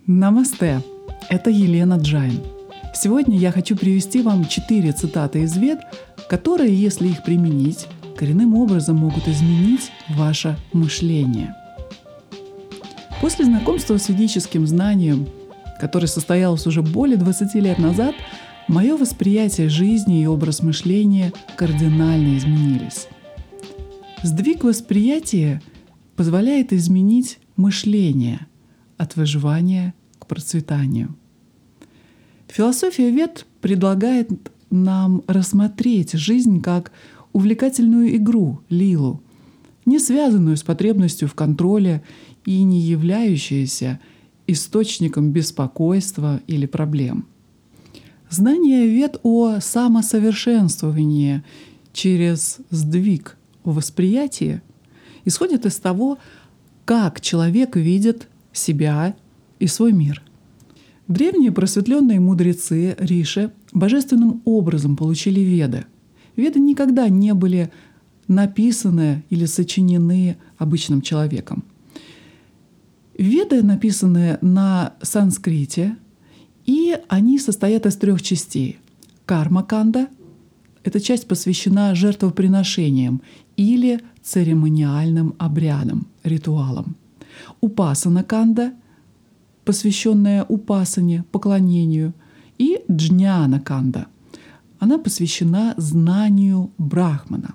Намасте! Это Елена Джайн. Сегодня я хочу привести вам 4 цитаты из Вед, которые, если их применить, коренным образом могут изменить ваше мышление. После знакомства с ведическим знанием, которое состоялось уже более 20 лет назад, мое восприятие жизни и образ мышления кардинально изменились. Сдвиг восприятия позволяет изменить мышление от выживания к процветанию. Философия Вед предлагает нам рассмотреть жизнь как увлекательную игру, лилу, не связанную с потребностью в контроле и не являющуюся источником беспокойства или проблем. Знание Вед о самосовершенствовании через сдвиг в восприятии исходит из того, как человек видит себя и свой мир. Древние просветленные мудрецы Риши божественным образом получили Веды. Веды никогда не были написаны или сочинены обычным человеком. Веды написаны на санскрите, и они состоят из 3 частей. Карма-канда — эта часть посвящена жертвоприношениям или церемониальным обрядам, ритуалам. Упасана-канда, посвященная упасане, поклонению, и джняна-канда. Она посвящена знанию Брахмана.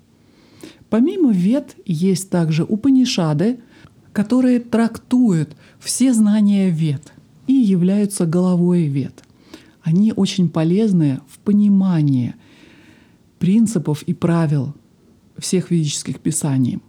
Помимо Вед есть также Упанишады, которые трактуют все знания Вед и являются головой Вед. Они очень полезны в понимании принципов и правил всех ведических писаний.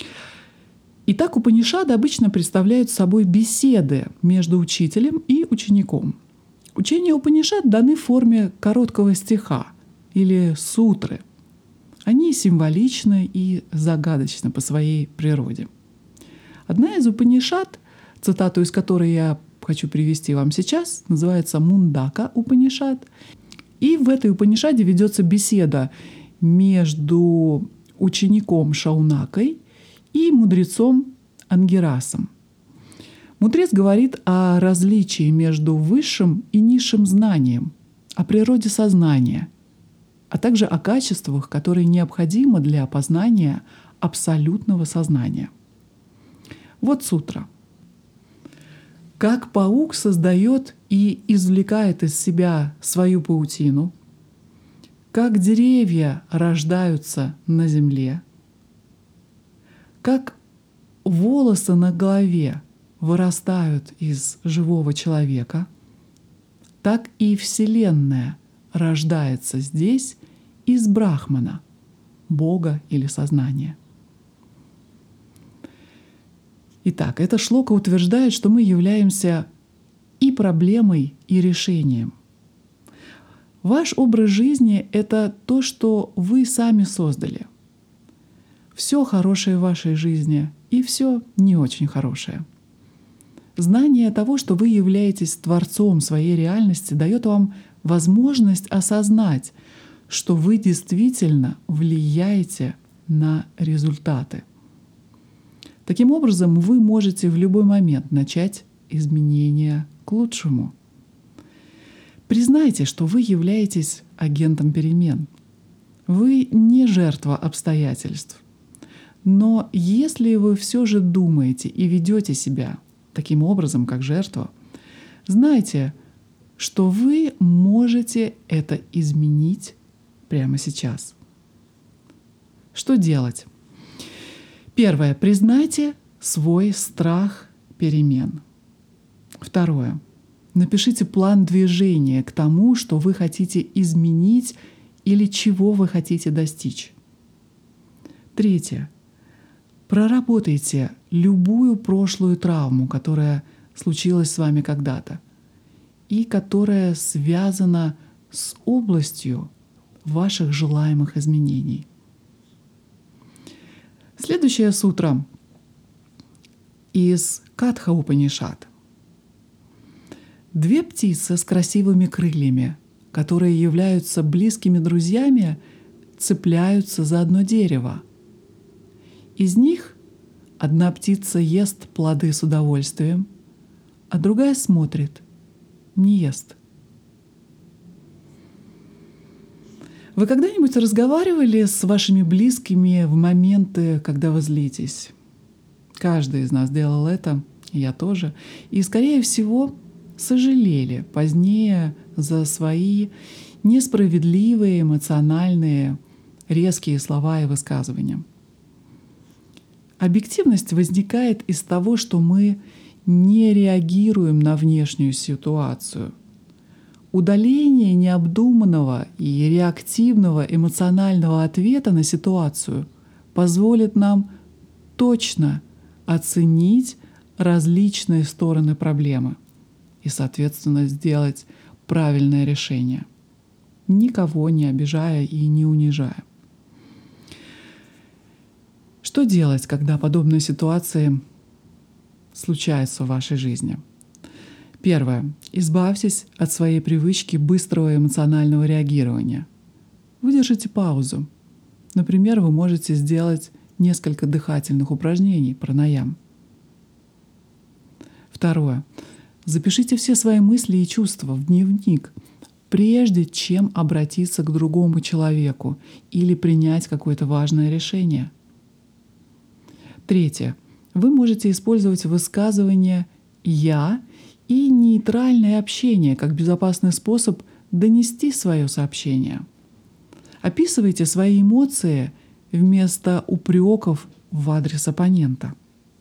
Итак, Упанишады обычно представляют собой беседы между учителем и учеником. Учения Упанишад даны в форме короткого стиха или сутры. Они символичны и загадочны по своей природе. Одна из Упанишад, цитату из которой я хочу привести вам сейчас, называется Мундака Упанишад. И в этой Упанишаде ведется беседа между учеником Шаунакой и мудрецом Ангирасом. Мудрец говорит о различии между высшим и низшим знанием, о природе сознания, а также о качествах, которые необходимы для познания абсолютного сознания. Вот сутра. Как паук создает и извлекает из себя свою паутину, как деревья рождаются на земле, как волосы на голове вырастают из живого человека, так и Вселенная рождается здесь из Брахмана, Бога или сознания. Итак, эта шлока утверждает, что мы являемся и проблемой, и решением. Ваш образ жизни — это то, что вы сами создали. Все хорошее в вашей жизни и все не очень хорошее. Знание того, что вы являетесь творцом своей реальности, дает вам возможность осознать, что вы действительно влияете на результаты. Таким образом, вы можете в любой момент начать изменения к лучшему. Признайте, что вы являетесь агентом перемен. Вы не жертва обстоятельств. Но если вы все же думаете и ведете себя таким образом, как жертва, знайте, что вы можете это изменить прямо сейчас. Что делать? Первое. Признайте свой страх перемен. Второе. Напишите план движения к тому, что вы хотите изменить или чего вы хотите достичь. Третье. Проработайте любую прошлую травму, которая случилась с вами когда-то и которая связана с областью ваших желаемых изменений. Следующая сутра из Катха Упанишад. 2 птицы с красивыми крыльями, которые являются близкими друзьями, цепляются за одно дерево. Из них одна птица ест плоды с удовольствием, а другая смотрит, не ест. Вы когда-нибудь разговаривали с вашими близкими в моменты, когда вы злитесь? Каждый из нас делал это, и я тоже. И, скорее всего, сожалели позднее за свои несправедливые, эмоциональные, резкие слова и высказывания. Объективность возникает из того, что мы не реагируем на внешнюю ситуацию. Удаление необдуманного и реактивного эмоционального ответа на ситуацию позволит нам точно оценить различные стороны проблемы и, соответственно, сделать правильное решение, никого не обижая и не унижая. Что делать, когда подобные ситуации случаются в вашей жизни? Первое. Избавьтесь от своей привычки быстрого эмоционального реагирования. Выдержите паузу. Например, вы можете сделать несколько дыхательных упражнений, пранаям. Второе. Запишите все свои мысли и чувства в дневник, прежде чем обратиться к другому человеку или принять какое-то важное решение. Третье. Вы можете использовать высказывание «я» и нейтральное общение как безопасный способ донести свое сообщение. Описывайте свои эмоции вместо упреков в адрес оппонента.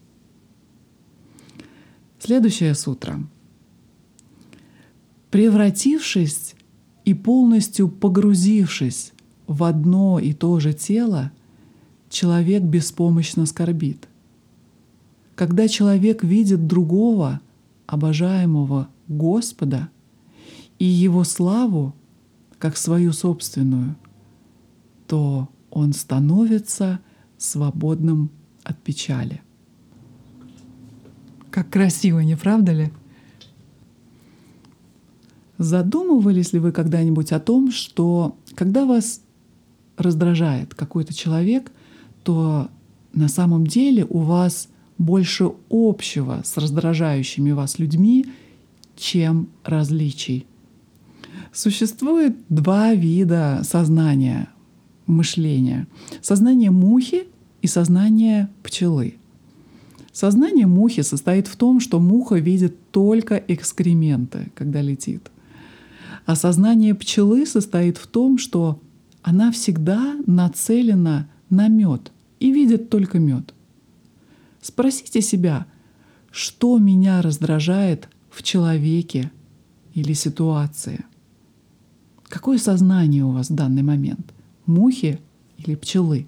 Следующая сутра. Превратившись и полностью погрузившись в одно и то же тело, человек беспомощно скорбит. Когда человек видит другого, обожаемого Господа и Его славу как свою собственную, то он становится свободным от печали. Как красиво, не правда ли? Задумывались ли вы когда-нибудь о том, что когда вас раздражает какой-то человек, то на самом деле у вас больше общего с раздражающими вас людьми, чем различий? Существует два вида сознания, мышления. Сознание мухи и сознание пчелы. Сознание мухи состоит в том, что муха видит только экскременты, когда летит. А сознание пчелы состоит в том, что она всегда нацелена на мед и видит только мед. Спросите себя, что меня раздражает в человеке или ситуации? Какое сознание у вас в данный момент? Мухи или пчелы?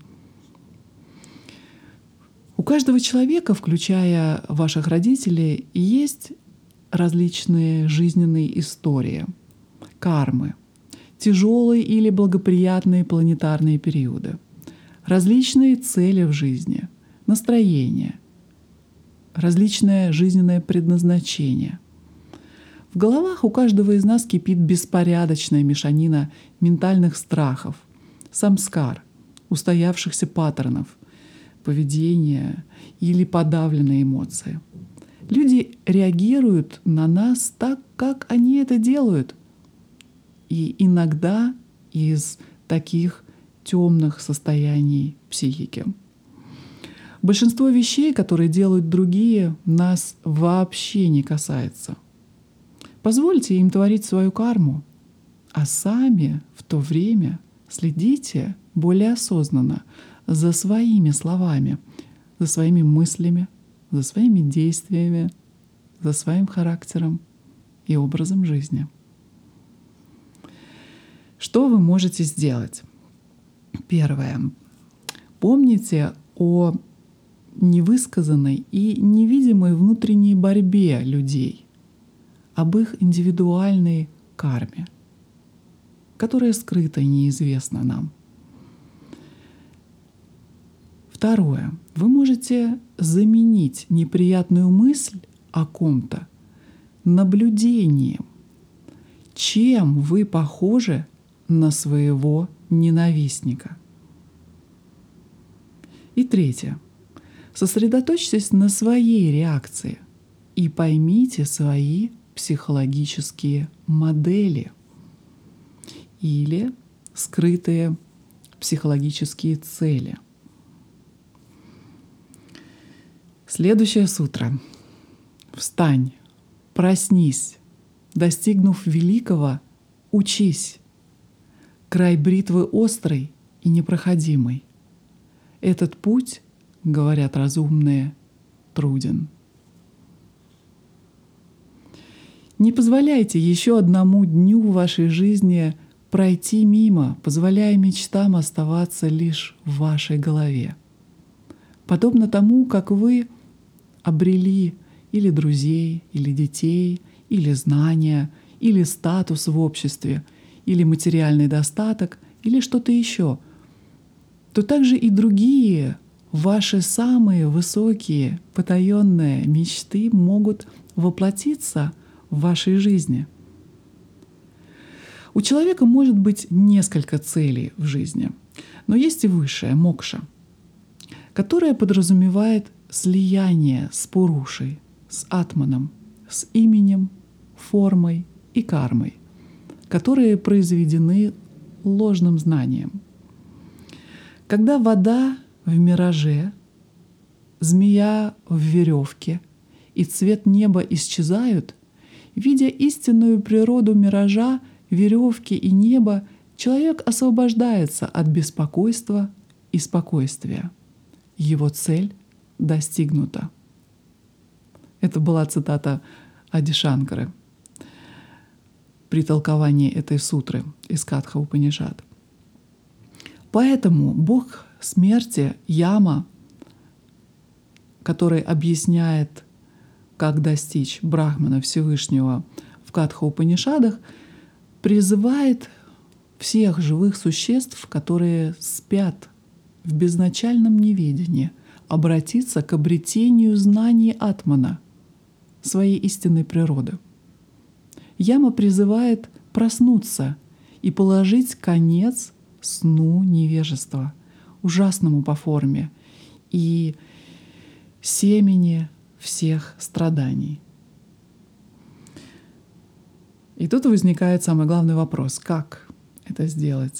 У каждого человека, включая ваших родителей, есть различные жизненные истории, кармы, тяжелые или благоприятные планетарные периоды, различные цели в жизни, настроение, различное жизненное предназначение. В головах у каждого из нас кипит беспорядочная мешанина ментальных страхов, самскар, устоявшихся паттернов, поведения или подавленные эмоции. Люди реагируют на нас так, как они это делают. И иногда из таких темных состояний психики. Большинство вещей, которые делают другие, нас вообще не касается. Позвольте им творить свою карму, а сами в то время следите более осознанно за своими словами, за своими мыслями, за своими действиями, за своим характером и образом жизни. Что вы можете сделать? Первое. Помните о невысказанной и невидимой внутренней борьбе людей, об их индивидуальной карме, которая скрыта и неизвестна нам. Второе. Вы можете заменить неприятную мысль о ком-то наблюдением, чем вы похожи на своего ненавистника. И третье. Сосредоточьтесь на своей реакции. и поймите свои психологические модели или скрытые психологические цели. Следующая сутра. Встань, проснись, достигнув великого, учись. Край бритвы острый и непроходимый. Этот путь, говорят разумные, труден. Не позволяйте еще одному дню в вашей жизни пройти мимо, позволяя мечтам оставаться лишь в вашей голове. Подобно тому, как вы обрели или друзей, или детей, или знания, или статус в обществе, или материальный достаток, или что-то еще, то также и другие ваши самые высокие, потаенные мечты могут воплотиться в вашей жизни. У человека может быть несколько целей в жизни, но есть и высшая мокша, которая подразумевает слияние с Пурушей, с Атманом, с именем, формой и кармой, которые произведены ложным знанием. Когда вода в мираже, змея в веревке и цвет неба исчезают, видя истинную природу миража, веревки и неба, человек освобождается от беспокойства и спокойствия. Его цель достигнута. Это была цитата Ади Шанкары при толковании этой сутры из Катха Упанишад. Поэтому бог смерти Яма, который объясняет, как достичь Брахмана Всевышнего в Катха Упанишадах, призывает всех живых существ, которые спят в безначальном неведении, обратиться к обретению знаний Атмана, своей истинной природы. Яма призывает проснуться и положить конец сну невежества, ужасному по форме и семени всех страданий. И тут возникает самый главный вопрос: как это сделать?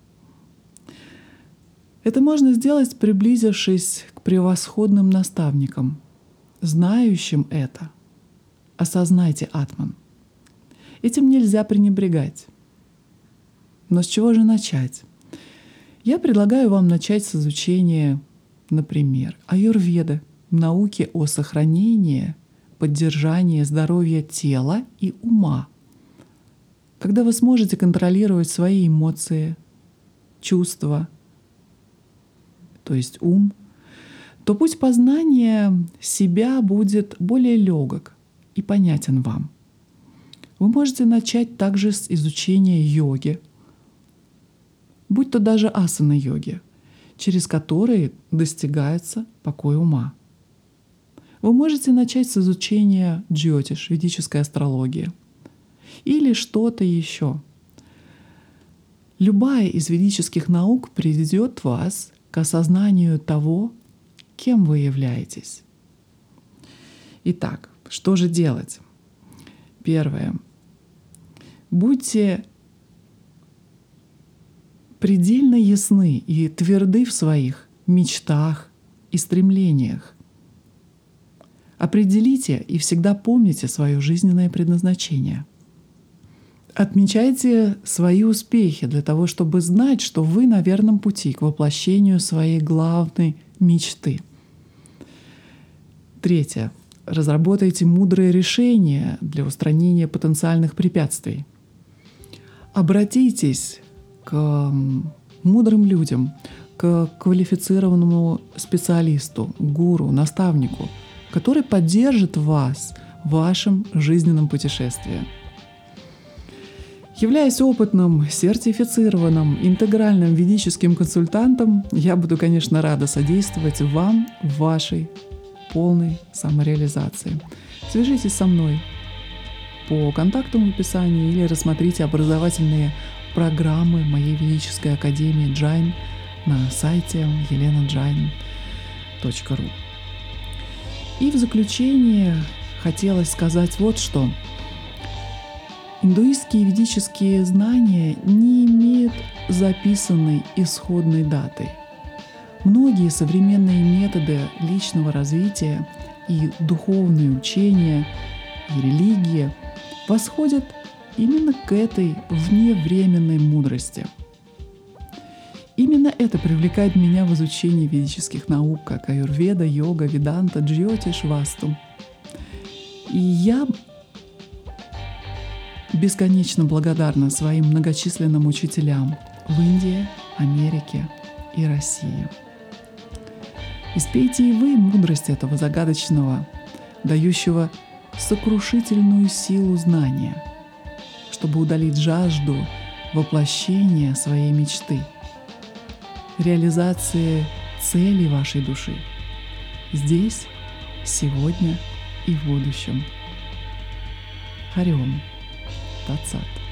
Это можно сделать, приблизившись к превосходным наставникам, знающим это. Осознайте Атман. Этим нельзя пренебрегать. Но с чего же начать? Я предлагаю вам начать с изучения, например, аюрведы, науки о сохранении, поддержании здоровья тела и ума. Когда вы сможете контролировать свои эмоции, чувства, то есть ум, то путь познания себя будет более легок и понятен вам. Вы можете начать также с изучения йоги, будь то даже асана-йоги, через которые достигается покой ума. Вы можете начать с изучения джьотиш, ведической астрологии, или что-то еще. Любая из ведических наук приведет вас к осознанию того, кем вы являетесь. Итак, что же делать? Первое. Будьте предельно ясны и тверды в своих мечтах и стремлениях. Определите и всегда помните свое жизненное предназначение. Отмечайте свои успехи для того, чтобы знать, что вы на верном пути к воплощению своей главной мечты. Третье. Разработайте мудрые решения для устранения потенциальных препятствий. Обратитесь к мудрым людям, к квалифицированному специалисту, гуру, наставнику, который поддержит вас в вашем жизненном путешествии. Являясь опытным, сертифицированным, интегральным ведическим консультантом, я буду, конечно, рада содействовать вам в вашей полной самореализации. Свяжитесь со мной по контактам в описании или рассмотрите образовательные программы моей ведической академии Джайн на сайте elenajain.ru. И в заключение хотелось сказать вот что. Индуистские и ведические знания не имеют записанной исходной даты. Многие современные методы личного развития и духовные учения, и религия восходят именно к этой вневременной мудрости. Именно это привлекает меня в изучении ведических наук, как аюрведа, йога, веданта, джьотиш, васту. И я бесконечно благодарна своим многочисленным учителям в Индии, Америке и России. Испейте и вы мудрость этого загадочного, дающего сокрушительную силу знания, чтобы удалить жажду воплощения своей мечты, реализации целей вашей души здесь, сегодня и в будущем. Хари Ом. Тат Сат.